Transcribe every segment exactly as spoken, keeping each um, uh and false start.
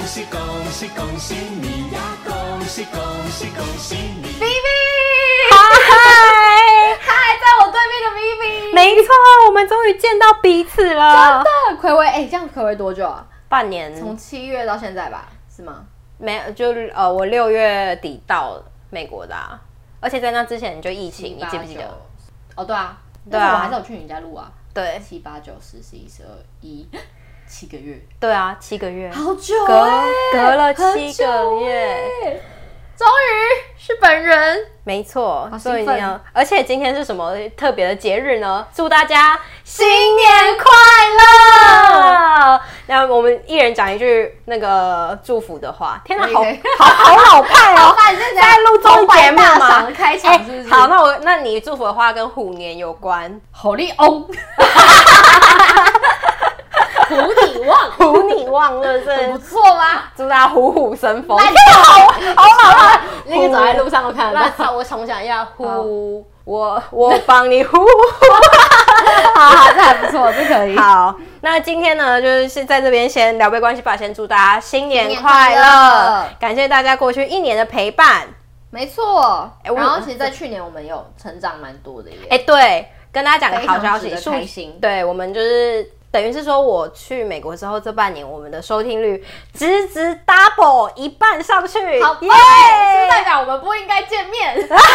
喜恭喜恭喜你呀！恭喜恭喜恭喜你 ！Vivi， 嗨嗨，在我对面的 Vivi， 没错，我们终于见到彼此了。 真的，睽违哎，这样睽违多久啊？ 半年， 从七月到现在吧，是吗？ 没有，就是呃，我六月底到美国的、啊，而且在那之前就疫情，你记不记得？ 哦，对啊， 对啊， 但是我还是有去你家录啊。 对， 七八九十十一十二一，七个月。 对啊，七个月， 好久、欸， 隔隔了七个月， 终于是本人。 没错，所以呢，而且今天是什么特别的节日呢？祝大家新年快乐！那我们一人讲一句那个祝福的话。天哪，好好好老派哦！在录综艺节目吗？ 开场是不是？ 欸、好，那我那你祝福的话跟虎年有关。 虎力翁。虎你旺， 虎你旺，是不是？ 不错吧？ 祝大家虎虎生风。 好， 好老了， 那个走在路上都看得到。 我重想一下，虎，我我帮你呼。 好好，这还不错，这可以。 好，那今天呢，就是在这边先聊杯关系吧，先祝大家新年快乐，感谢大家过去一年的陪伴。 没错，欸、然后其实，在去年我们有成长蛮多的耶。 哎、欸，对，跟大家讲个好消息， 开心。 对，我们就是。等于是说，我去美国之后，这半年我们的收听率直直 double 一半上去， 好耶！是代表我们不应该见面，不见面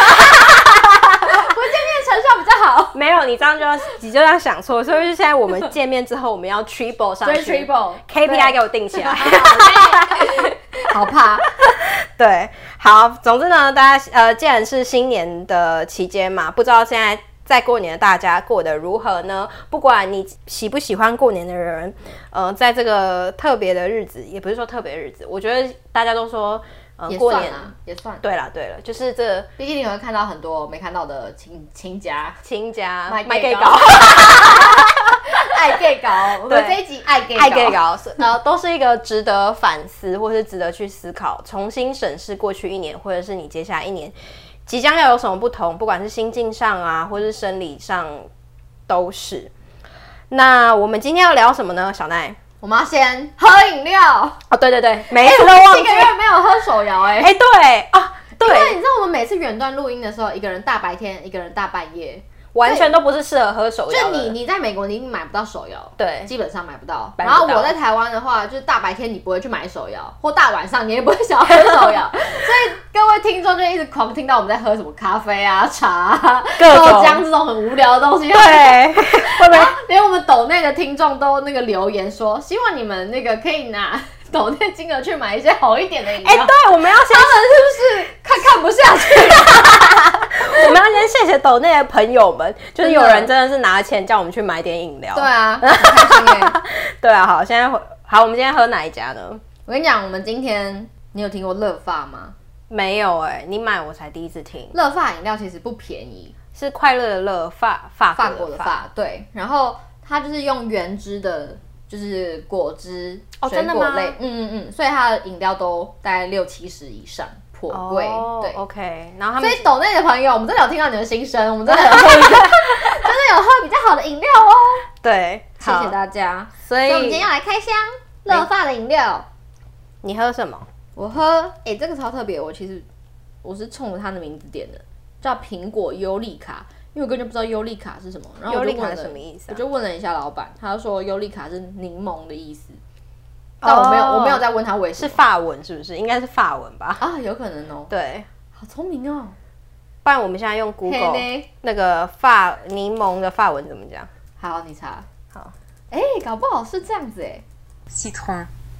成效比较好。 没有，你这样就要你就要想错，所以现在我们见面之后，我们要 triple 上去 ，triple K P I 给我定起来， 好怕。 对，好，总之呢，大家呃，既然是新年的期间嘛，不知道现在。在过年的大家过得如何呢？不管你喜不喜欢过年的人，呃，在这个特别的日子，也不是说特别的日子，我觉得大家都说，呃，过年也算。 对了对了，就是这， 毕竟你会看到很多没看到的亲亲家、 亲家卖 gay 搞，爱 gay 搞。我们这一集爱 gay 爱 gay 搞，呃，都是一个值得反思，或是值得去思考、重新审视过去一年，或者是你接下来一年。即将要有什么不同，不管是心境上啊，或是生理上，都是。那我们今天要聊什么呢？小奈， 我们要先喝饮料哦，对对对，每一次都忘记， 七个月没有喝手摇哎、欸， 哎、欸，对啊，对， 因为你知道我们每次远端录音的时候，一个人大白天，一个人大半夜。 完全都不是适合喝手摇的。 就你你在美国你买不到手摇， 对， 基本上买不到。 不到然后我在台湾的话，就是大白天你不会去买手摇，或大晚上你也不会想要喝手摇。所以各位听众就一直狂听到我们在喝什么咖啡啊、茶啊、豆浆这种很无聊的东西。 对，会不会连我们抖内的听众都那个留言说，希望你们那个可以拿抖内金额去买一些好一点的饮料。 哎、欸，对，我们要先， 他们是不是看看不下去？ 我们要先谢谢抖内的朋友们，就是有人真的是拿钱叫我们去买点饮料。 对啊，很开心耶。 对啊，好，现在好，我们今天喝哪一家呢？ 我跟你讲，我们今天你有听过乐发吗？ 没有哎、欸，你买我才第一次听。 乐发饮料其实不便宜， 是快乐的乐，法法法国的法，对。然后它就是用原汁的，就是果汁、 哦、 水果类，嗯嗯嗯，所以它的饮料都大概六七十以上。颇贵，哦、对 ，OK， 然后他们所以抖内的朋友，我们真的有听到你的心声，我们真的有喝一个，真的有喝比较好的饮料哦。 对， 谢谢大家。 所以， 所以我们今天要来开箱乐发的饮料。 你喝什么？ 我喝，哎、欸，这个超特别，我其实我是冲着它的名字点的，叫苹果优利卡，因为我根本就不知道优利卡是什么。然后我就问了， 优利卡是什么意思、啊？ 我就问了一下老板，他就说优利卡是柠檬的意思。但我没有， oh, 我没有再问他为什么。 是法文是不是？应该是法文吧？ 啊，有可能哦。 对， 好聪明哦。 不然我们现在用 Google 那个法柠檬的法文怎么讲？ 好，你查。 好。 哎、欸，搞不好是这样子哎。 citron。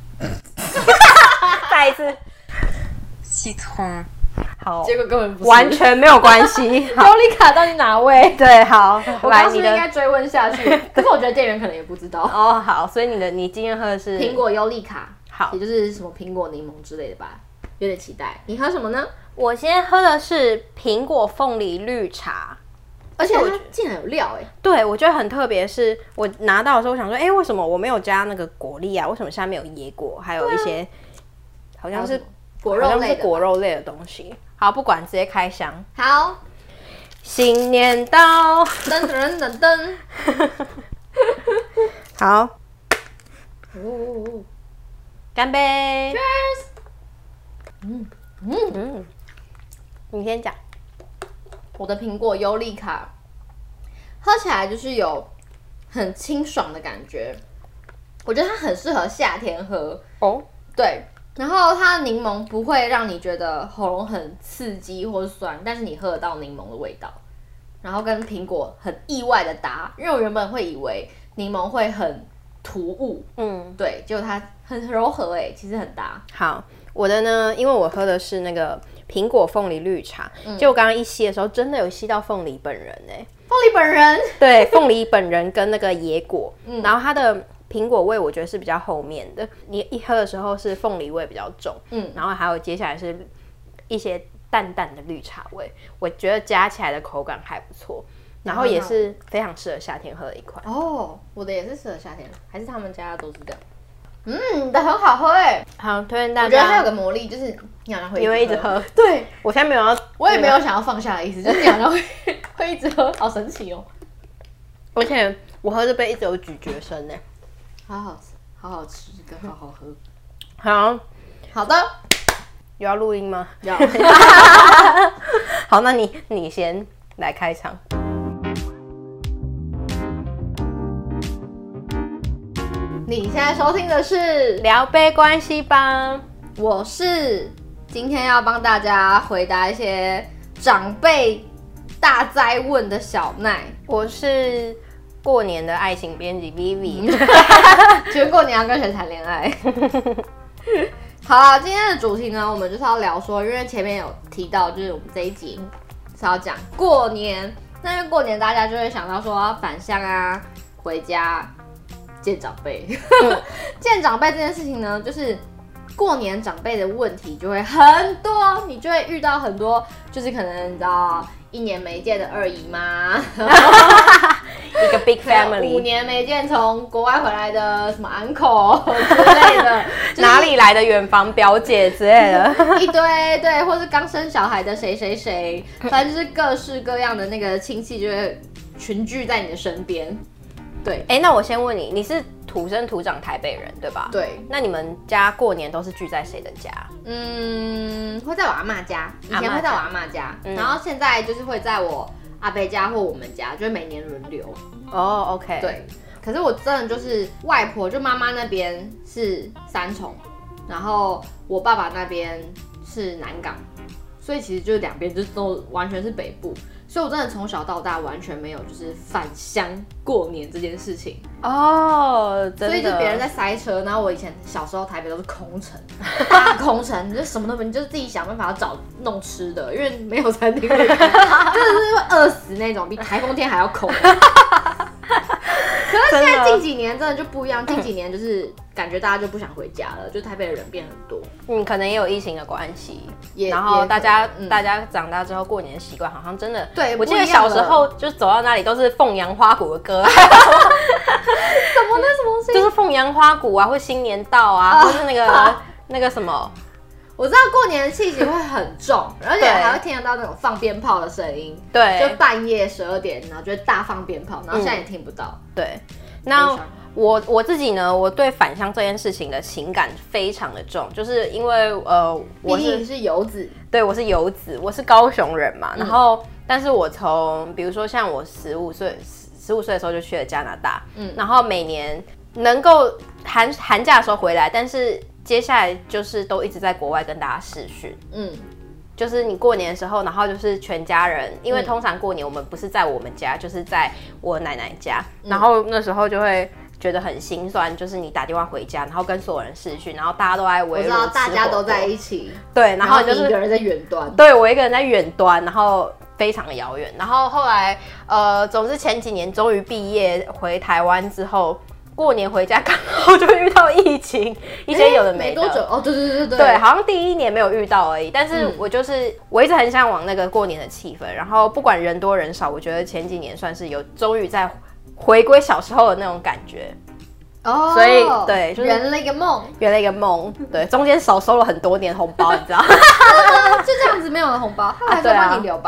再一次。 citron。 好， 结果根本不是， 完全没有关系。 优利卡到底哪位？ 对，好， 我刚是不是应该追问下去？可是我觉得店员可能也不知道。 哦，好，所以你的你今天喝的是苹果优利卡， 好， 也就是什么苹果柠檬之类的吧，有点期待。你喝什么呢？ 我今天喝的是苹果凤梨绿茶， 而且它竟然有料哎、欸！ 对，我觉得很特别，是我拿到的时候，我想说，哎、欸，为什么我没有加那个果粒啊？为什么下面有椰果，还有一些、啊、好像是果肉类的果肉类的东西？好，不管，直接开箱。 好， 新年到， 噔噔噔噔。 好。 哦， 干杯 Cheers！ 嗯嗯嗯，你先讲。 我的苹果优利卡喝起来就是有很清爽的感觉，我觉得它很适合夏天喝哦。 对，然后它的柠檬不会让你觉得喉咙很刺激或是酸，但是你喝得到柠檬的味道，然后跟苹果很意外的搭，因为我原本会以为柠檬会很突兀， 嗯， 对，结果它很柔和哎、欸，其实很搭。 好，我的呢，因为我喝的是那个苹果凤梨绿茶，嗯、就我刚刚一吸的时候，真的有吸到凤梨本人哎、欸， 凤梨本人， 对，凤梨本人跟那个野果， 嗯、 然后它的苹果味我觉得是比较后面的，你一喝的时候是凤梨味比较重，嗯，然后还有接下来是一些淡淡的绿茶味，我觉得加起来的口感还不错。然后也是非常适合夏天喝的一款哦，我的也是适合夏天，还是他们家的都是这样。嗯，的很好喝哎， 好推荐大家。 我觉得它有个魔力，就是你好像会你会一直喝。 对， 我现在没有要， 我也没有想要放下的意思，就是你好像会会一直喝，好神奇哦。 而且我喝这杯一直有咀嚼声呢， 好好吃，好好吃跟好好喝。 好好的， 有要录音吗？ 要。 好，那你你先来开场。 你现在收听的是聊杯关系吧， 我是今天要帮大家回答一些长辈大灾问的小奈， 我是过年的爱情编辑 Vivi。 请问过年要跟谁谈恋爱？好啦，今天的主题呢，我们就是要聊说，因为前面有提到，就是我们这一集是要讲过年，那因为过年大家就会想到说返乡啊，回家。见长辈，见长辈这件事情呢，就是过年长辈的问题就会很多，你就会遇到很多，就是可能你知道一年没见的二姨妈， 一个 big family， 五年没见从国外回来的什么 uncle 之类的， 就是、哪里来的远房表姐之类的， 一堆对，或是刚生小孩的谁谁谁，反正就是各式各样的那个亲戚就会群聚在你的身边。对， 哎、欸，那我先问你，你是土生土长台北人对吧？ 对。 那你们家过年都是聚在谁的家？ 嗯，会在我阿嬷家，以前会在我阿嬷家，嗯、然后现在就是会在我阿伯家或我们家，就是每年轮流。 哦 ，OK。 对。可是我真的就是外婆，就妈妈那边是三重，然后我爸爸那边是南港，所以其实就是两边就都完全是北部。所以我真的从小到大完全没有就是返乡过年这件事情哦，真的。 所以就别人在塞车，然后我以前小时候台北都是空城，大空城，你就什么都没，你就是自己想办法要找弄吃的，因为没有餐厅可以开，真的是会饿死那种，比台风天还要空。可是现在近几年真的就不一样，近几年就是感觉大家就不想回家了，就台北的人变很多。 嗯，可能也有疫情的关系， 也然后大家、 嗯、 大家长大之后过年的习惯好像真的， 对， 我记得小时候就走到哪里都是凤阳花鼓的歌， 什么那什么东西， 就是凤阳花鼓啊，或新年到啊，或是那个那个什么。 我知道过年的气息会很重，而且还会听得到那种放鞭炮的声音。 对， 就半夜十二点，然后就会大放鞭炮，然后现在也听不到。 嗯、对，那我我自己呢，我对返乡这件事情的情感非常的重，就是因为呃，我是是游子， 对，我是游子，我是高雄人嘛，嗯、然后但是我从比如说像我十五岁十五岁的时候就去了加拿大，嗯，然后每年能够寒寒假的时候回来，但是接下来就是都一直在国外跟大家视讯，嗯，就是你过年的时候，然后就是全家人，因为通常过年我们不是在我们家，就是在我奶奶家，嗯、然后那时候就会觉得很心酸，就是你打电话回家，然后跟所有人视讯，然后大家都在围炉吃火锅， 我知道大家都在一起， 对，然后就是你一个人在远端， 对我一个人在远端，然后非常的遥远，然后后来呃，总之前几年终于毕业回台湾之后。过年回家刚好就遇到疫情，一些有的没的。 没多久哦，对对对对对，好像第一年没有遇到而已。但是我就是、嗯、我一直很向往那个过年的气氛，然后不管人多人少，我觉得前几年算是有终于在回归小时候的那种感觉。 哦， 所以对，就是圆了一个梦， 圆了一个梦。对，中间少收了很多年红包，你知道？ 就这样子没有了红包，他还在帮你留吧。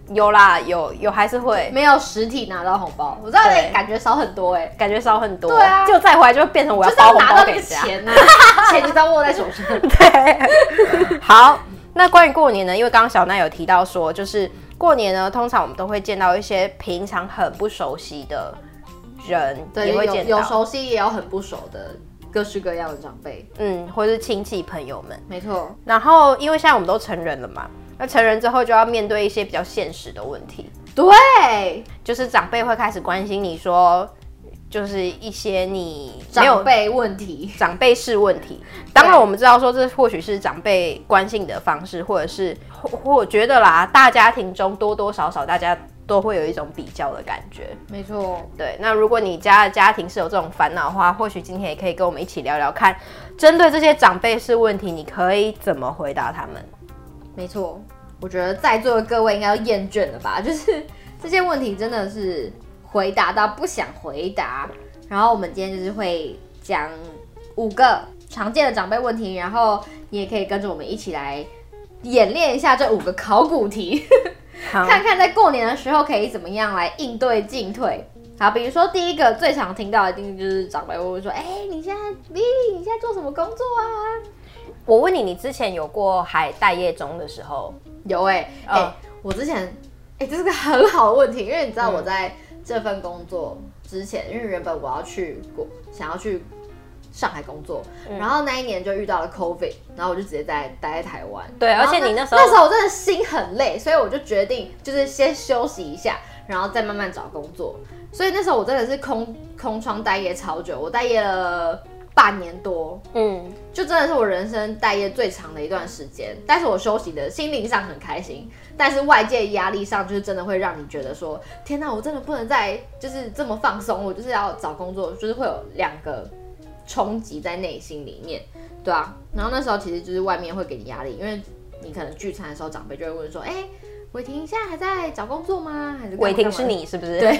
有啦，有有还是会没有实体拿到红包，我知道对感觉少很多哎、 感觉少很多。 对啊就再回来就会变成我要就是要包红拿到那个包给人家。 钱啊，钱就是要握在手上。 对，好，那关于过年呢？因为刚刚小奈有提到说，就是过年呢，通常我们都会见到一些平常很不熟悉的人， 对，有也会见到， 有熟悉也有很不熟的各式各样的长辈， 嗯，或是亲戚朋友们。 没错。 然后，因为现在我们都成人了嘛，那成人之后就要面对一些比较现实的问题， 对， 就是长辈会开始关心你说，就是一些你没有长辈问题， 长辈式问题。当然，我们知道说这或许是长辈关心的方式，或者是或或我觉得啦，大家庭中多多少少大家都会有一种比较的感觉。 没错。 对，那如果你家的家庭是有这种烦恼的话，或许今天也可以跟我们一起聊聊看，针对这些长辈式问题，你可以怎么回答他们？ 没错，我觉得在座的各位应该要厌倦了吧？就是这些问题真的是回答到不想回答。然后我们今天就是会讲五个常见的长辈问题，然后你也可以跟着我们一起来演练一下这五个考古题，看看在过年的时候可以怎么样来应对进退。好，比如说第一个最常听到的一定就是长辈会问说：“哎、欸，你现在 Lily， 你现在做什么工作啊？” 我问你，你之前有过还待业中的时候？ 有哎、欸，哎、 嗯欸，我之前哎、欸，这是个很好的问题，因为你知道我在这份工作之前，因为原本我要去过想要去上海工作，嗯、然后那一年就遇到了 COVID， 然后我就直接在待在台湾。 对，而且你那时候那时候我真的心很累，所以我就决定就是先休息一下，然后再慢慢找工作。所以那时候我真的是空空窗待业超久，我待业了半年多，嗯，就真的是我人生待业最长的一段时间。但是我休息的心灵上很开心，但是外界压力上就是真的会让你觉得说，天哪，我真的不能再就是这么放松，我就是要找工作，就是会有两个冲击在内心里面，对啊。然后那时候其实就是外面会给你压力，因为你可能聚餐的时候，长辈就会问说，哎、欸。伟霆现在还在找工作吗？还是伟霆是你是不是？ 对，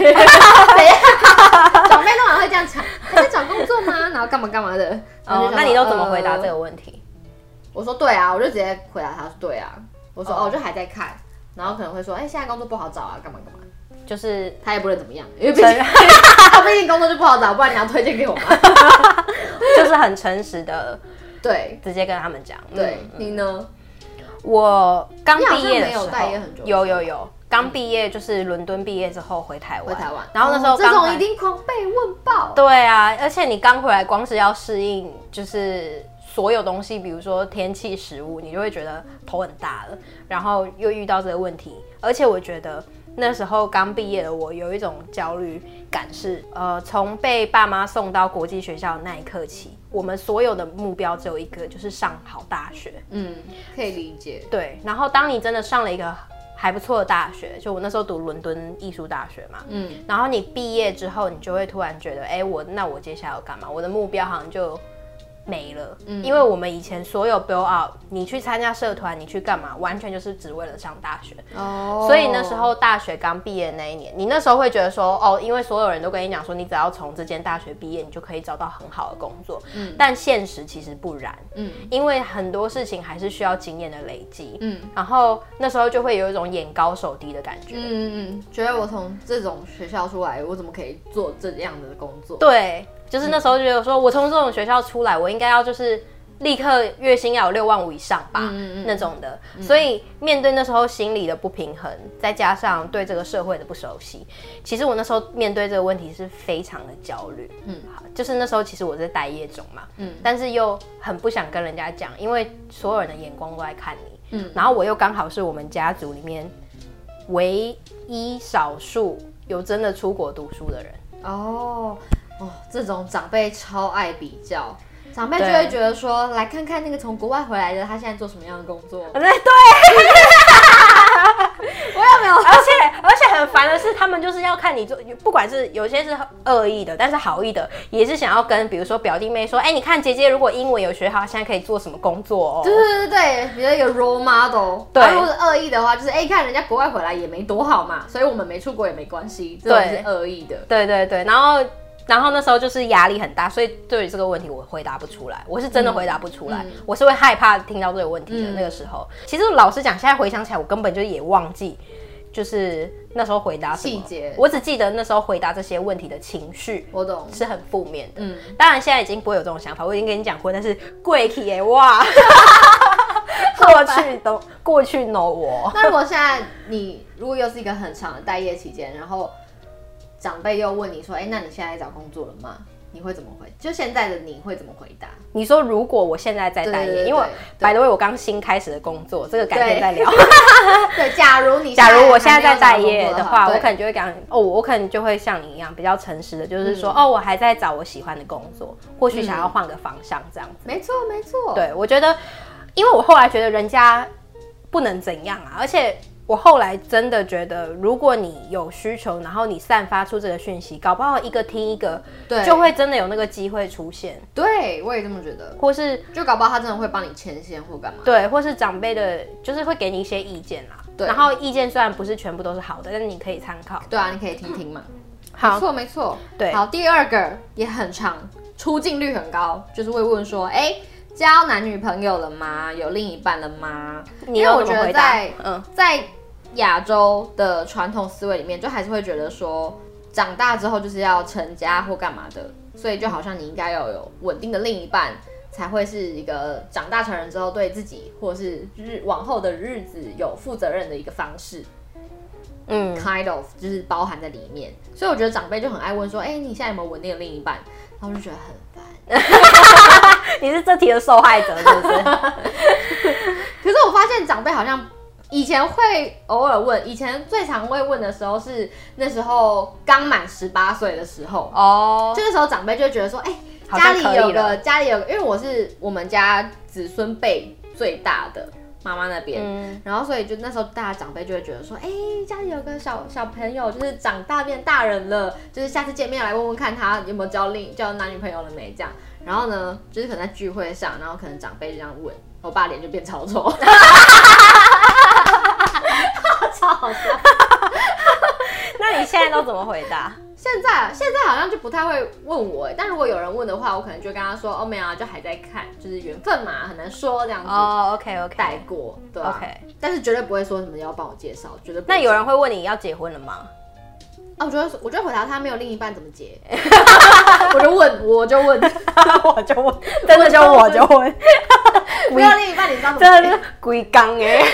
长辈通常会这样讲，还在找工作吗？然后干嘛干嘛的。 哦，那你都怎么回答这个问题？ 呃、我说对啊，我就直接回答他说对啊。我说哦，我、哦、就还在看，然后可能会说，哎、欸，现在工作不好找啊，干嘛干嘛。 就是他也不能怎么样，因为毕竟他毕竟工作就不好找，不然你要推荐给我吗？ 就是很诚实的， 对， 直接跟他们讲。 对、 嗯、 你呢？ 我刚毕业的时候， 有待业很久， 有有有，刚毕业就是伦敦毕业之后回台湾， 回台湾， 然后那时候、哦、 这种一定狂被问爆。 对啊，而且你刚回来，光是要适应就是所有东西，比如说天气、食物，你就会觉得头很大了。然后又遇到这个问题，而且我觉得那时候刚毕业的我有一种焦虑感是，呃，从被爸妈送到国际学校的那一刻起。我们所有的目标只有一个，就是上好大学。 嗯，可以理解。 对，然后当你真的上了一个还不错的大学，就我那时候读伦敦艺术大学嘛，嗯，然后你毕业之后，你就会突然觉得，哎、欸，我那我接下来要干嘛？我的目标好像就没了，嗯，因为我们以前所有 build out， 你去参加社团，你去干嘛，完全就是只为了上大学。哦，所以那时候大学刚毕业的那一年，你那时候会觉得说，哦，因为所有人都跟你讲说，你只要从这间大学毕业，你就可以找到很好的工作。嗯，但现实其实不然。嗯，因为很多事情还是需要经验的累积。嗯，然后那时候就会有一种眼高手低的感觉。 嗯嗯，觉得我从这种学校出来，我怎么可以做这样的工作？ 对。就是那时候觉得说，我从这种学校出来，我应该要就是立刻月薪要有六万五以上吧，嗯嗯嗯那种的。嗯、所以面对那时候心理的不平衡，再加上对这个社会的不熟悉，其实我那时候面对这个问题是非常的焦虑。嗯，就是那时候其实我在待业中嘛，嗯，但是又很不想跟人家讲，因为所有人的眼光都在看你。嗯，然后我又刚好是我们家族里面唯一少数有真的出国读书的人。 哦。哦，这种长辈超爱比较，长辈就会觉得说，来看看那个从国外回来的，他现在做什么样的工作？ 对对， 我有没有？ 而且而且很烦的是，他们就是要看你做，不管是有些是恶意的，但是好意的，也是想要跟比如说表弟妹说，哎、欸，你看姐姐如果英文有学好，现在可以做什么工作哦？ 对对对对，比如一个 role model。对，如果是恶意的话，就是哎、欸，看人家国外回来也没多好嘛，所以我们没出国也没关系，这种是恶意的。 对对对，然后。然后那时候就是压力很大，所以对于这个问题我回答不出来，我是真的回答不出来，嗯、我是会害怕听到这个问题的那个时候。嗯、其实老实讲，现在回想起来，我根本就也忘记就是那时候回答什么细节我只记得那时候回答这些问题的情绪， 我懂， 是很负面的。 嗯， 当然现在已经不会有这种想法，我已经跟你讲过，但是贵气耶哇，过去都过去 no 我。 那如果现在你如果又是一个很长的待业期间，然后长辈又问你说，哎，那你现在找工作了吗？你会怎么回？就现在的你会怎么回答？ 你说如果我现在在待业， 对对对因为对 by the way 我刚新开始的工作，这个改天再聊。 对，假如你假如我现在在待业的话， 对我可能就会讲哦，我可能就会像你一样比较诚实的，就是说、 嗯、 哦，我还在找我喜欢的工作，或许想要换个方向这样子。 没错，没错。 对，我觉得，因为我后来觉得人家不能怎样啊，而且我后来真的觉得，如果你有需求，然后你散发出这个讯息，搞不好一个听一个， 对， 就会真的有那个机会出现。 对，我也这么觉得。 或是就搞不好他真的会帮你牵线或干嘛。 对，或是长辈的，就是会给你一些意见啦。 对， 然后意见虽然不是全部都是好的，但是你可以参考。 对啊，你可以听听嘛。 好， 没错没错。 对， 好，第二个也很长，出镜率很高，就是会问说，哎、欸，交男女朋友了吗？有另一半了吗？ 你有怎么回答？ 因为我觉得在嗯，在亚洲的传统思维里面，就还是会觉得说，长大之后就是要成家或干嘛的，所以就好像你应该要有稳定的另一半，才会是一个长大成人之后对自己或是日往后的日子有负责任的一个方式。嗯 ，kind of 就是包含在里面，所以我觉得长辈就很爱问说，哎、欸，你现在有没有稳定的另一半？然后我就觉得很烦。 你是这题的受害者是不是？ 可是我发现长辈好像以前会偶尔问，以前最常会问的时候是那时候刚满十八岁的时候哦，这个时候长辈就会觉得说，哎、欸，家里有个家里有个，因为我是我们家子孙辈最大的。妈妈那边、嗯，然后所以就那时候大家长辈就会觉得说，哎、欸，家里有个小小朋友，就是长大变大人了，就是下次见面来问问看他有没有交另交男女朋友了没这样。然后呢，就是可能在聚会上，然后可能长辈就这样问，我爸脸就变超臭，超好笑。 那你现在都怎么回答？ 现在现在好像就不太会问我哎，但如果有人问的话，我可能就跟他说，哦没有啊，就还在看，就是缘分嘛，很难说这样子。 哦 ，OK OK， 带过，对啊 OK， 但是绝对不会说什么要帮我介绍，绝对不会。 那有人会问你要结婚了吗？ 啊，我觉得我觉得回答他没有另一半怎么结，我就问，我就问， 我就问，真的就我就问， 没有另一半你知道怎么结？ 真的是龟缸哎。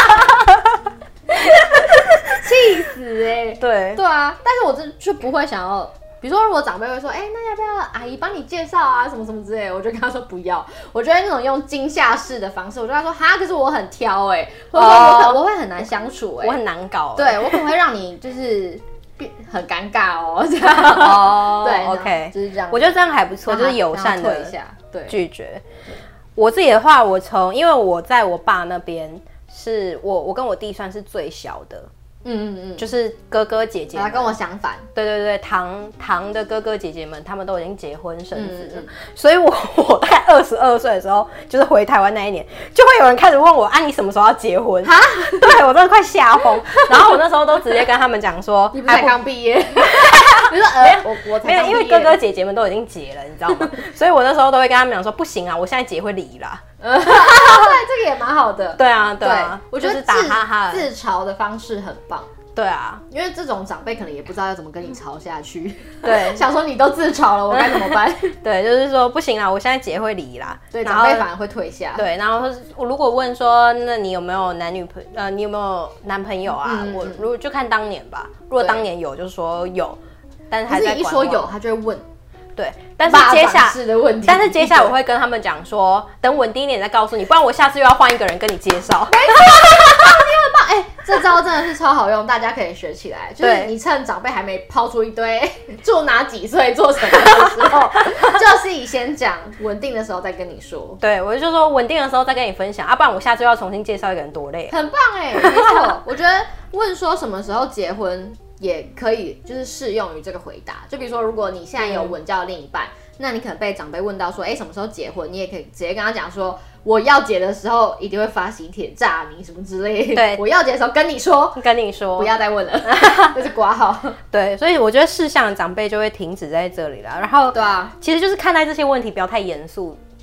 气死哎、欸！ 对对啊，但是我真就不会想要，比如说如果长辈会说，哎、欸，那要不要阿姨帮你介绍啊，什么什么之类的，我就跟他说不要。我觉得那种用惊吓式的方式，我就跟他说哈，可是我很挑哎、欸，或者说我可、oh, 我会很难相处哎、欸， 我很难搞、欸， 对我可能会让你就是变很尴尬哦，这样哦， oh, 对 ，OK， 就是这样。 我觉得这样还不错，就是友善的一下，对， 拒绝。我自己的话，我从因为我在我爸那边是我我跟我弟算是最小的。嗯嗯嗯，就是哥哥姐姐， 他跟我相反。 对对对，堂堂的哥哥姐姐们，他们都已经结婚生子了，嗯嗯，所以我我大概二十二岁的时候，就是回台湾那一年，就会有人开始问我，啊，你什么时候要结婚？哈，对我真的快吓疯。然后我那时候都直接跟他们讲说， 你不才刚毕业？你说呃，我我没有，因为哥哥姐姐们都已经结了，你知道吗？所以我那时候都会跟他们讲说，不行啊，我现在结会离啦。 对，这个也蛮好的。 对啊，对啊， 我觉得就是打哈哈自嘲的方式很棒。 对啊， 因为这种长辈可能也不知道要怎么跟你吵下去。 对， 想说你都自嘲了，我该怎么办？ 对，就是说不行啦，我现在结会离啦。 对，长辈反而会退下。 对，然后我如果问说，那你有没有男女朋呃，你有没有男朋友啊？嗯、我如果就看当年吧，如果当年有，就说有，但是还在一说有，他就会问。 对，但是接下来， 但是接下来我会跟他们讲说，等稳定一点再告诉你，不然我下次又要换一个人跟你介绍。 没错，你很棒，哎，这招真的是超好用，大家可以学起来。就是你趁长辈还没抛出一堆住哪几岁做什么的时候，就是以先讲，稳定的时候再跟你说。 对，我就说稳定的时候再跟你分享，啊，不然我下次又要重新介绍一个人，多累。 很棒哎，没错，我觉得问说什么时候结婚。也可以，就是适用于这个回答。就比如说，如果你现在有稳交的另一半，嗯、那你可能被长辈问到说，哎、欸，什么时候结婚？你也可以直接跟他讲说，我要结的时候一定会发喜帖炸你什么之类的。 对， 我要结的时候跟你说， 跟你说， 不要再问了，就是挂号。 对，所以我觉得事项的长辈就会停止在这里了。然后， 对啊， 其实就是看待这些问题不要太严肃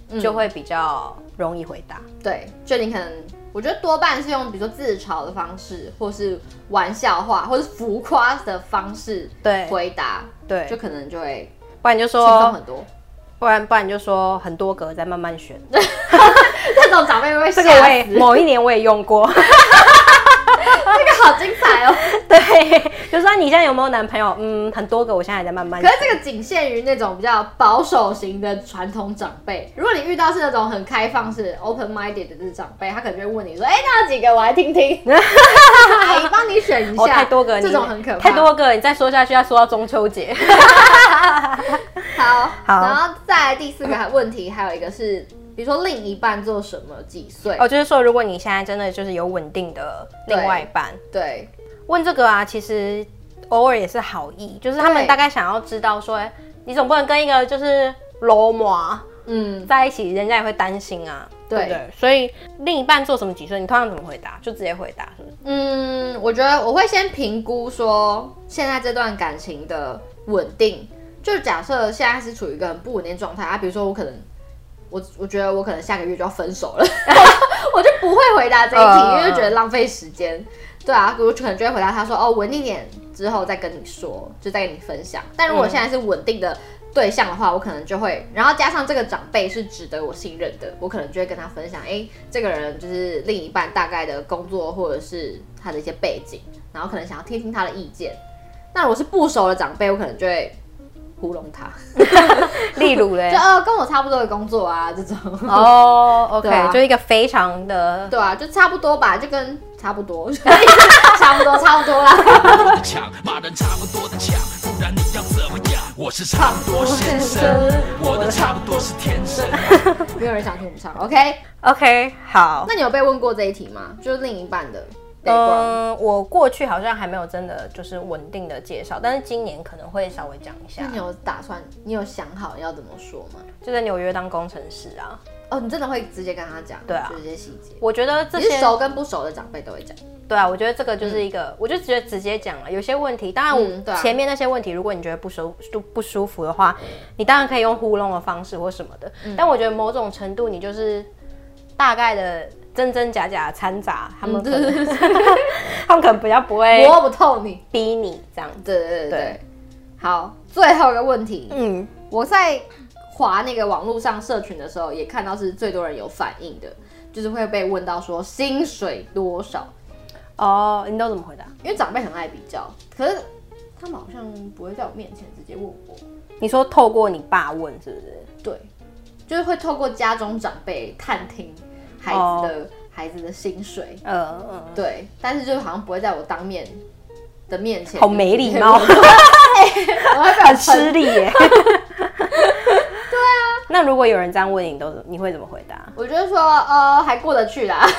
就会比较容易回答。 对，就你可能，我觉得多半是用比如说自嘲的方式，或是玩笑话，或是浮夸的方式对回答， 对， 就可能就会不然就轻松说很多。 不然不然就说很多个再慢慢选。 这种长辈会吓死。 这个我也某一年我也用过。 这个好精彩哦！ 对，就说你现在有没有男朋友？嗯，很多个，我现在还在慢慢选。 可是这个仅限于那种比较保守型的传统长辈。如果你遇到是那种很开放式 open minded 的长辈，他可能就会问你说：“哎、欸，那有几个我来听听。”阿姨帮你选一下。 哦，太多个， 这种很可怕。 太多个，你再说下去要说到中秋节。 好， 好， 然后再来第四个问题，还有一个是。比如说另一半做什么几岁哦，就是说如果你现在真的就是有稳定的另外一半， 对， 问这个啊，其实偶尔也是好意，就是他们大概想要知道说，你总不能跟一个就是罗马嗯在一起，人家也会担心啊，对不对？所以另一半做什么几岁，你通常怎么回答？就直接回答是不是？ 嗯，我觉得我会先评估说现在这段感情的稳定，就假设现在是处于一个很不稳定的状态啊，比如说我可能。我我觉得我可能下个月就要分手了，我就不会回答这一题， uh, 因为就觉得浪费时间。对啊，我可能就会回答他说：“哦，稳定点之后再跟你说，就再跟你分享。”但如果现在是稳定的对象的话，我可能就会，然后加上这个长辈是值得我信任的，我可能就会跟他分享：“哎，这个人就是另一半大概的工作或者是他的一些背景，然后可能想要听听他的意见。”那如果是不熟的长辈，我可能就会。糊弄他， 例如嘞， 就呃跟我差不多的工作啊，这种哦、oh, ，OK，、啊、就一个非常的， 对啊，就差不多吧，就跟差不多，差不多，差不多啦。骂人差不多的强，不然你要怎么样？我是差不多先生，我的差不多是天生。没有人想听我们唱 ，OK OK， 好。 那你有被问过这一题吗？就是另一半的。 嗯，我过去好像还没有真的就是稳定的介绍，但是今年可能会稍微讲一下。 那你有打算，你有想好要怎么说吗？ 就在纽约当工程师啊。 哦，你真的会直接跟他讲？ 对啊， 就这些细节。 我觉得这些你是熟跟不熟的长辈都会讲。 对啊，我觉得这个就是一个，嗯、我就觉得直接讲了。有些问题，当然我、嗯啊、前面那些问题，如果你觉得不舒不舒服的话，你当然可以用糊弄的方式或什么的。嗯、但我觉得某种程度，你就是大概的。真真假假掺杂，他们可能、嗯、他们可能比较不会摸不透你， 逼你这样。 对对对 对, 對。好，最后一个问题，嗯，我在滑那个网络上社群的时候，也看到是最多人有反应的，就是会被问到说薪水多少。 哦，你都怎么回答？ 因为长辈很爱比较，可是他们好像不会在我面前直接问我。 你说透过你爸问是不是？ 对，就是会透过家中长辈探听。孩子的、oh. 孩子的薪水，嗯嗯，对，但是就好像不会在我当面的面前， 好没礼貌，我会很吃力耶。对啊，那如果有人这样问你，都你会怎么回答？ 我觉得说，呃，还过得去啦，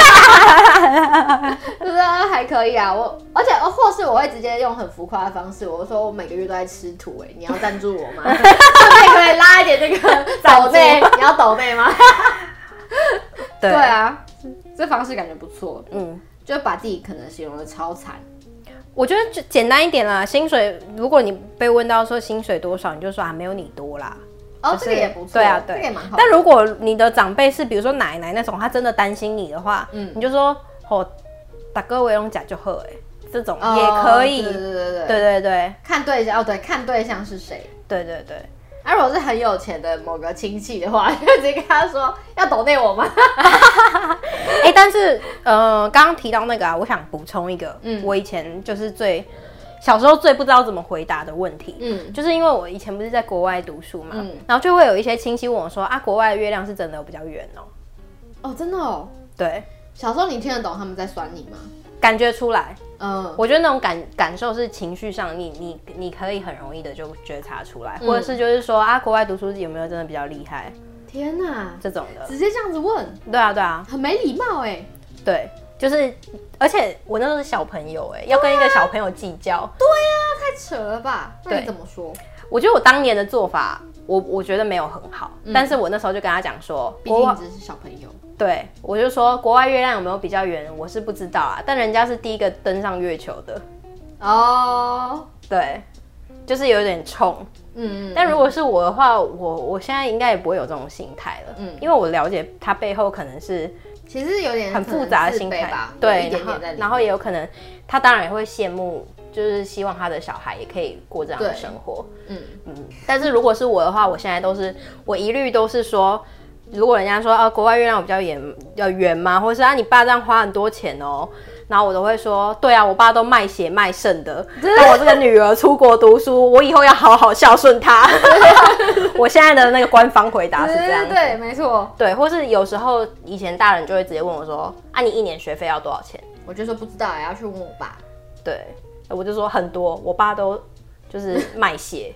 就是还可以啊。我而且或是我会直接用很浮夸的方式，我说我每个月都在吃土、欸，哎，你要赞助我吗？顺便可以拉一点那个抖内，你要抖内吗？对, 对啊，这方式感觉不错，嗯，就把自己可能形容的超惨。 我觉得就简单一点啦，薪水，如果你被问到说薪水多少，你就说啊没有你多啦。 哦， 就是、 这个也不错， 对啊，对， 这个也蛮好。 但如果你的长辈是比如说奶奶那种，他真的担心你的话，嗯，你就说哦，大哥我用假就喝，哎，这种也可以， 哦、对对对对对对对， 看对象哦，对，看对象是谁， 对对对。 啊，如果是很有钱的某个亲戚的话，就直接跟他说要抖内我吗？ 哎、欸，但是呃，刚刚提到那个啊，我想补充一个，嗯，我以前就是最小时候最不知道怎么回答的问题，嗯，就是因为我以前不是在国外读书嘛，嗯，然后就会有一些亲戚问我说啊，国外的月亮是真的有比较圆哦？ 哦，真的哦？ 对， 小时候你听得懂他们在酸你吗？ 感觉出来， 嗯， 我觉得那种感感受是情绪上你，你你你可以很容易的就觉察出来，嗯、或者是就是说啊，国外读书有没有真的比较厉害？ 天哪， 这种的， 直接这样子问， 对啊对啊， 很没礼貌哎， 对，就是，而且我那时候是小朋友哎，要跟一个小朋友计较， 对啊，太扯了吧？那你怎么说？ 我觉得我当年的做法，我我觉得没有很好，嗯、但是我那时候就跟他讲说， 毕竟只是小朋友。 对，我就说国外月亮有没有比较圆，我是不知道啊，但人家是第一个登上月球的。 哦， 对， 就是有点冲。 嗯， 但如果是我的话，我我现在应该也不会有这种心态了，嗯，因为我了解他背后可能是其实有点很复杂的心态吧， 对， 一点点在里面， 然后也有可能他当然也会羡慕，就是希望他的小孩也可以过这样的生活，嗯嗯。但是如果是我的话，我现在都是我一律都是说，如果人家说啊国外月亮比较圆要圆吗，或者是啊你爸这样花很多钱哦。然后我都会说，对啊，我爸都卖血卖肾的，让我这个女儿出国读书，我以后要好好孝顺她。我现在的那个官方回答是这样子， 对对对，没错， 对，或是有时候以前大人就会直接问我说，啊，你一年学费要多少钱？ 我就说不知道，要去问我爸。 对，我就说很多，我爸都就是卖血。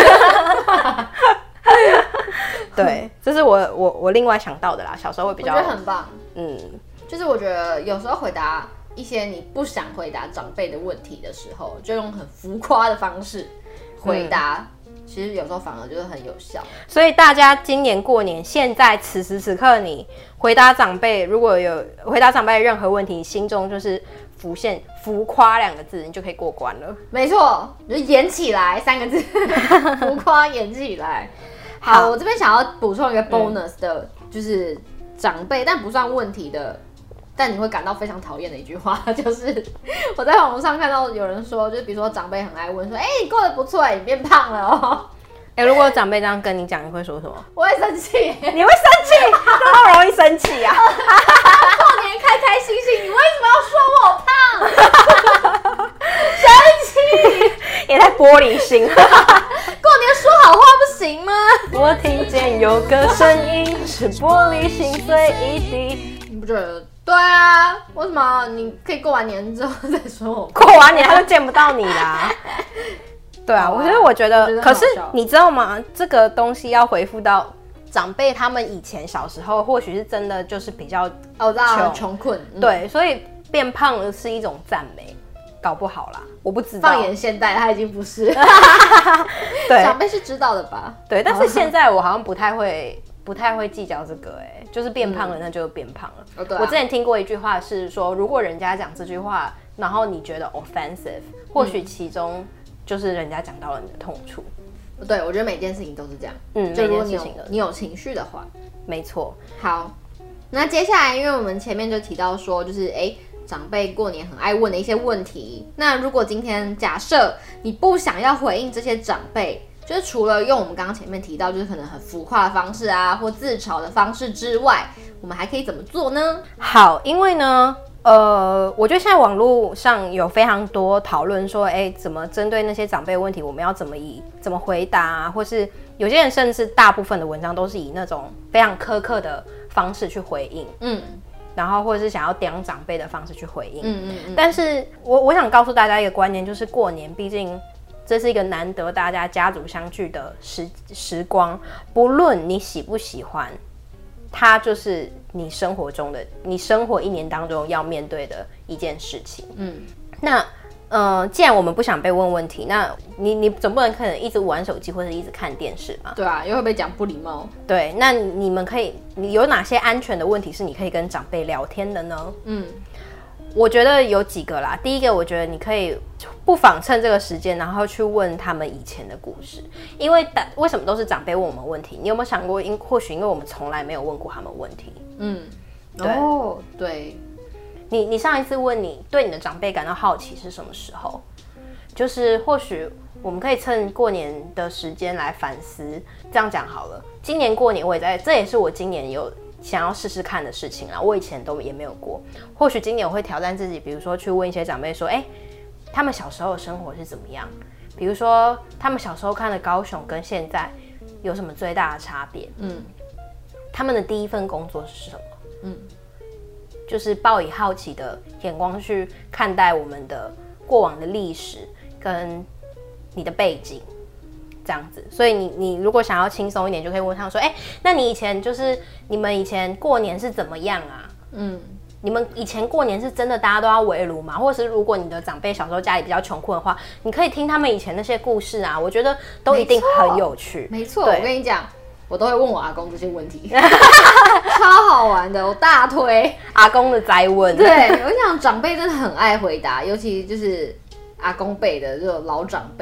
对，这是我我我另外想到的啦，小时候会比较， 我觉得很棒， 嗯， 就是我觉得有时候回答一些你不想回答长辈的问题的时候，就用很浮夸的方式回答，嗯、其实有时候反而就是很有效。 所以大家今年过年，现在此时此刻，你回答长辈，如果有回答长辈的任何问题，心中就是浮现“浮夸”两个字，你就可以过关了。 没错，就演起来三个字，浮夸演起来。好，好我这边想要补充一个 bonus 的，嗯、就是长辈但不算问题的。但你会感到非常讨厌的一句话，就是我在网络上看到有人说，就是比如说长辈很爱问说，哎、欸，你过得不错，你变胖了哦。 哎、欸，如果长辈这样跟你讲，你会说什么？ 我会生气。 你会生气？那么容易生气啊？ 过年开开心心，你为什么要说我胖？生气， 也太玻璃心了。过年说好话不行吗？ 我听见有个声音，是玻璃心碎一地。 你不觉得？对啊，为什么你可以过完年之后再说我？ 过完年他就见不到你啦。对啊，我觉得，我觉得，可是你知道吗？这个东西要回复到长辈他们以前小时候，或许是真的就是比较哦，穷穷困， 嗯、对，所以变胖是一种赞美，搞不好啦，我不知道。 放眼现代，他已经不是。 对， 长辈是知道的吧？ 对，但是现在我好像不太会。不太会计较这个、欸，哎，就是变胖了，那就变胖了。 嗯哦啊、 我之前听过一句话是说，如果人家讲这句话，然后你觉得 offensive， 或许其中就是人家讲到了你的痛处。 对，我觉得每件事情都是这样。嗯，就如果你有你有情绪的话， 没错。 好，那接下来，因为我们前面就提到说，就是哎、欸，长辈过年很爱问的一些问题。那如果今天假设你不想要回应这些长辈，就是除了用我们刚刚前面提到，就是可能很浮夸的方式啊，或自嘲的方式之外，我们还可以怎么做呢？ 好，因为呢，呃，我觉得现在网络上有非常多讨论说，哎，怎么针对那些长辈问题，我们要怎么以怎么回答啊，或是有些人甚至大部分的文章都是以那种非常苛刻的方式去回应，嗯，然后或者是想要刁长辈的方式去回应，嗯嗯嗯。但是我我想告诉大家一个观念，就是过年毕竟。这是一个难得大家家族相聚的时时光，不论你喜不喜欢，它就是你生活中的，你生活一年当中要面对的一件事情。嗯，那呃，既然我们不想被问问题，那你你总不能可能一直玩手机或者一直看电视嘛？ 对啊，又会被讲不礼貌。 对，那你们可以，你有哪些安全的问题是你可以跟长辈聊天的呢？嗯。我觉得有几个啦。第一个，我觉得你可以不妨趁这个时间，然后去问他们以前的故事。因为为什么都是长辈问我们问题？你有没有想过，因或许因为我们从来没有问过他们问题。嗯， 对，哦，对。 你你上一次问你对你的长辈感到好奇是什么时候？就是或许我们可以趁过年的时间来反思。这样讲好了，今年过年我也在，这也是我今年有。想要试试看的事情啦，我以前都也没有过。或许今年我会挑战自己，比如说去问一些长辈说，哎、欸，他们小时候的生活是怎么样？比如说他们小时候看的高雄跟现在有什么最大的差别？嗯，他们的第一份工作是什么？嗯，就是抱以好奇的眼光去看待我们的过往的历史跟你的背景。这样子，所以你你如果想要轻松一点，就可以问他说：“哎、欸，那你以前就是你们以前过年是怎么样啊？嗯，你们以前过年是真的大家都要围炉吗？或者是如果你的长辈小时候家里比较穷困的话，你可以听他们以前那些故事啊，我觉得都一定很有趣。 没错，我跟你讲，我都会问我阿公这些问题，超好玩的，我大推阿公的灾问。 对，我想长辈真的很爱回答，尤其就是阿公辈的这种老长辈。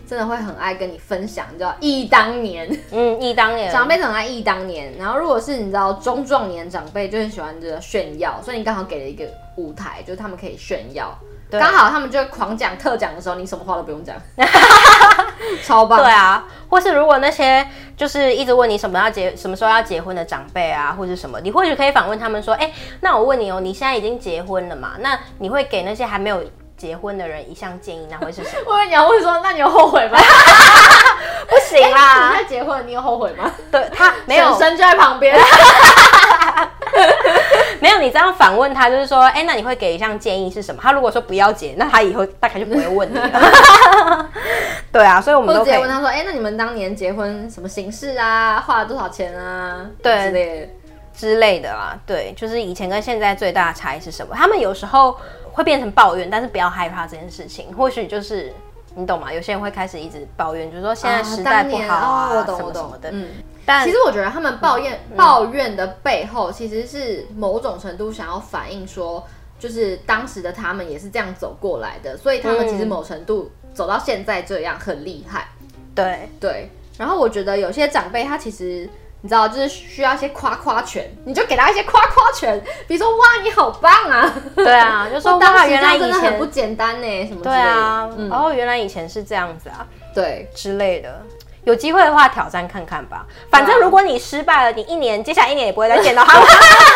真的会很爱跟你分享，你知道忆当年， 嗯，忆当年， 长辈很爱忆当年。然后如果是你知道中壮年长辈，就很喜欢这个炫耀，所以你刚好给了一个舞台，就是他们可以炫耀。刚好他们就狂讲特讲的时候，你什么话都不用讲，超棒。 对啊，或是如果那些就是一直问你什么要结什么时候要结婚的长辈啊，或者什么，你或许可以反问他们说，哎、欸，那我问你哦，你现在已经结婚了嘛？那你会给那些还没有结婚的人一项建议，那会是什么？ 我以为你要问说，那你有后悔吗？ 不行啦！ 欸、你现在结婚，你有后悔吗？ 对他没有， 婶婶就在旁边。 没有，你这样反问他，就是说，哎、欸，那你会给一项建议是什么？他如果说不要结，那他以后大概就不会问你了。对啊，所以我们都可以直接问他说，哎、欸，那你们当年结婚什么形式啊？花了多少钱啊？ 对， 之类的之类的啦。对，就是以前跟现在最大的差异是什么？他们有时候会变成抱怨，但是不要害怕这件事情。或许就是你懂吗？有些人会开始一直抱怨，就是说现在时代不好啊， 哦、我懂什么我懂什么的。 嗯。 但其实我觉得他们抱怨、嗯、抱怨的背后，其实是某种程度想要反映说，就是当时的他们也是这样走过来的，所以他们其实某程度走到现在这样很厉害。 对对。然后我觉得有些长辈他其实你知道，就是需要一些夸夸权，你就给他一些夸夸权，比如说哇你好棒啊， 对啊，就说当哇原来以前真的很不简单呢，什么之类的。 对啊， 嗯、 哦原来以前是这样子啊， 对之类的。有机会的话挑战看看吧，反正如果你失败了，你一年接下来一年也不会再见到他们。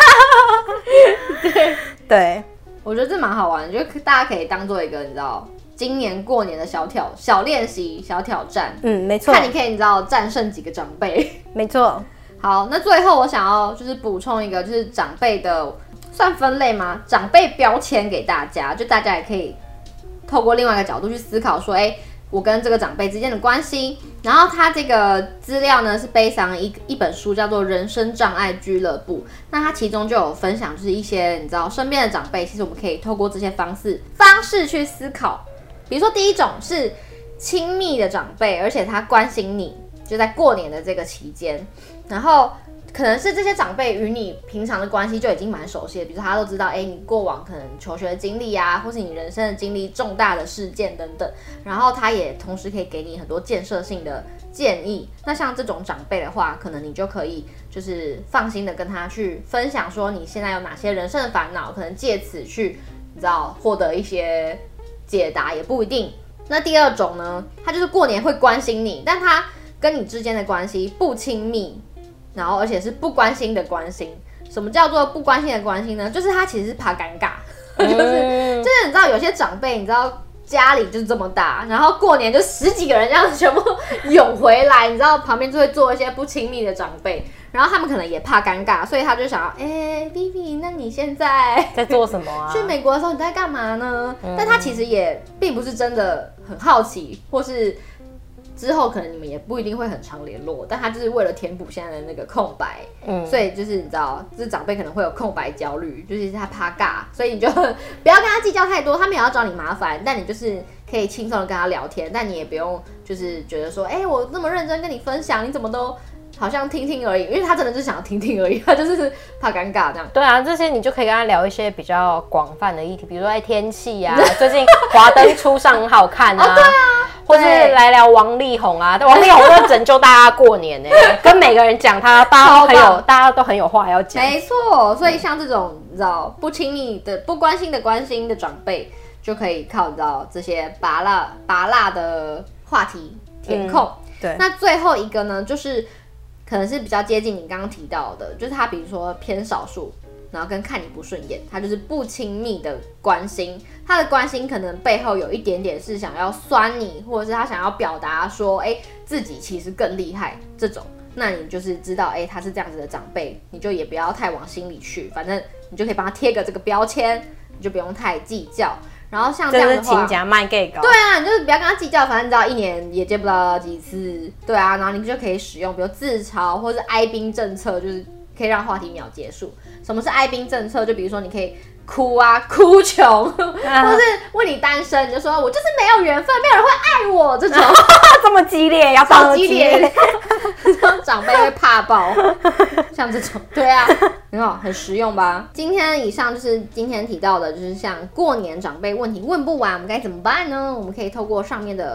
对对， 我觉得这蛮好玩的，就大家可以当做一个你知道今年过年的小挑小练习、小挑战。 嗯，没错， 看你可以你知道战胜几个长辈。 没错。 好，那最后我想要就是补充一个，就是长辈的算分类吗？长辈标签给大家，就大家也可以透过另外一个角度去思考说，哎、欸。我跟这个长辈之间的关系，然后他这个资料呢是背上一一本书，叫做《人生障碍俱乐部》。那它其中就有分享，就是一些你知道身边的长辈，其实我们可以透过这些方式方式去思考。比如说第一种是亲密的长辈，而且他关心你，就在过年的这个期间，然后。可能是这些长辈与你平常的关系就已经蛮熟悉的，比如说他都知道，哎、欸，你过往可能求学的经历啊，或是你人生的经历、重大的事件等等，然后他也同时可以给你很多建设性的建议。那像这种长辈的话，可能你就可以就是放心的跟他去分享说你现在有哪些人生的烦恼，可能借此去你知道获得一些解答也不一定。那第二种呢，他就是过年会关心你，但他跟你之间的关系不亲密。然后，而且是不关心的关心。什么叫做不关心的关心呢？就是他其实是怕尴尬，嗯、就是就是你知道有些长辈，你知道家里就是这么大，然后过年就十几个人这样全部涌回来，你知道旁边就会坐一些不亲密的长辈，然后他们可能也怕尴尬，所以他就想要，哎 ，Vivi， 那你现在在做什么啊？ 去美国的时候你在干嘛呢？嗯、但他其实也并不是真的很好奇，或是。之后可能你们也不一定会很常联络，但他就是为了填补现在的那个空白，嗯，所以就是你知道，就是长辈可能会有空白焦虑，就是他怕尬，所以你就不要跟他计较太多，他没有要找你麻烦，但你就是可以轻松的跟他聊天，但你也不用就是觉得说，哎、欸，我那么认真跟你分享，你怎么都好像听听而已，因为他真的就是想要听听而已，他就是怕尴尬这样。 对啊，这些你就可以跟他聊一些比较广泛的议题，比如说哎天气啊，最近华灯初上很好看啊，哦、对啊。或是来聊王力宏啊，王力宏都拯救大家过年呢、欸，跟每个人讲他，大家都很有，大家都很有话要讲。 没错，所以像这种你知道不亲密的、不关心的关心的长辈，就可以靠你知道这些拔辣拔辣的话题填空、嗯。 对， 那最后一个呢，就是可能是比较接近你刚刚提到的，就是他比如说偏少数。然后跟看你不顺眼，他就是不亲密的关心，他的关心可能背后有一点点是想要酸你，或者是他想要表达说，哎，自己其实更厉害这种，那你就是知道，哎，他是这样子的长辈，你就也不要太往心里去，反正你就可以帮他贴个这个标签，你就不用太计较。然后像这样的话， 这是请假卖 gay 搞。 对啊，你就是不要跟他计较，反正你知道一年也见不到几次，对啊，然后你就可以使用，比如自嘲或是哀兵政策，就是可以让话题秒结束。什么是哀兵政策？就比如说你可以哭啊，哭穷，啊、或是问你单身，你就说我就是没有缘分，没有人会爱我这种， 这么激烈，要超激烈，长辈会怕爆，像这种，对啊，很好，很实用吧？今天以上就是今天提到的，就是像过年长辈问题问不完，我们该怎么办呢？我们可以透过上面的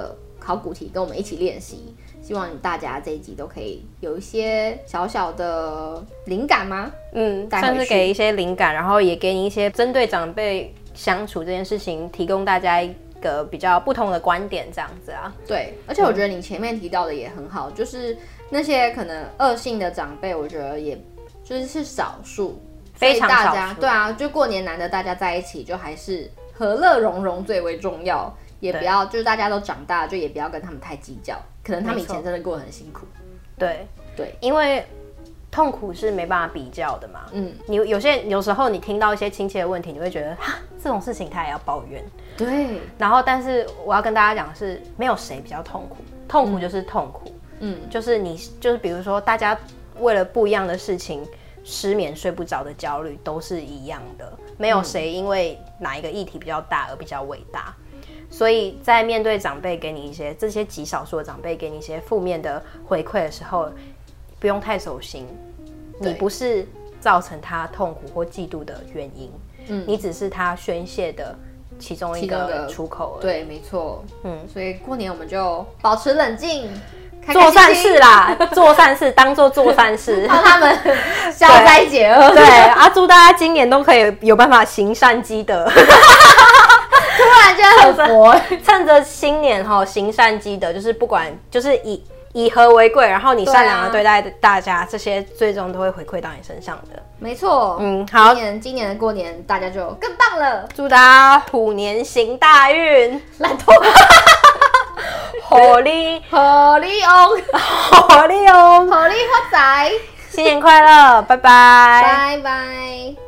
考古题跟我们一起练习。希望大家这一集都可以有一些小小的灵感吗？ 嗯， 带回去算是给一些灵感，然后也给你一些针对长辈相处这件事情，提供大家一个比较不同的观点，这样子啊。 对，而且我觉得你前面提到的也很好，就是那些可能恶性的长辈，我觉得也就是是少数， 非常少数所以大家对啊，就过年难得大家在一起，就还是和乐融融最为重要。也不要就是大家都长大，就也不要跟他们太计较，可能他们以前真的过得很辛苦。 对对， 因为痛苦是没办法比较的嘛。嗯，你有些有时候你听到一些亲戚的问题，你会觉得哈这种事情他也要抱怨。 对， 然后但是我要跟大家讲的是，没有谁比较痛苦，痛苦就是痛苦。嗯，就是你就是比如说大家为了不一样的事情失眠睡不着的焦虑都是一样的，没有谁因为哪一个议题比较大而比较伟大。所以在面对长辈给你一些这些极少数的长辈给你一些负面的回馈的时候，不用太走心，你不是造成他痛苦或嫉妒的原因，嗯，你只是他宣泄的其中一个出口而已。 对，没错，嗯，所以过年我们就保持冷静，开开心心做善事啦，做善事当做做善事， 让他们消灾解厄。 对啊，祝大家今年都可以有办法行善积德。 突然间很佛， 趁着新年哈行善积德，就是不管就是以以和为贵，然后你善良的对待大家，啊、这些最终都会回馈到你身上的。 没错， 嗯，好， 今年今年的过年大家就更棒了， 祝大家虎年行大运， 懒惰， 火力火力翁， 火力哦， 火力发财， 新年快乐，拜拜， 拜拜。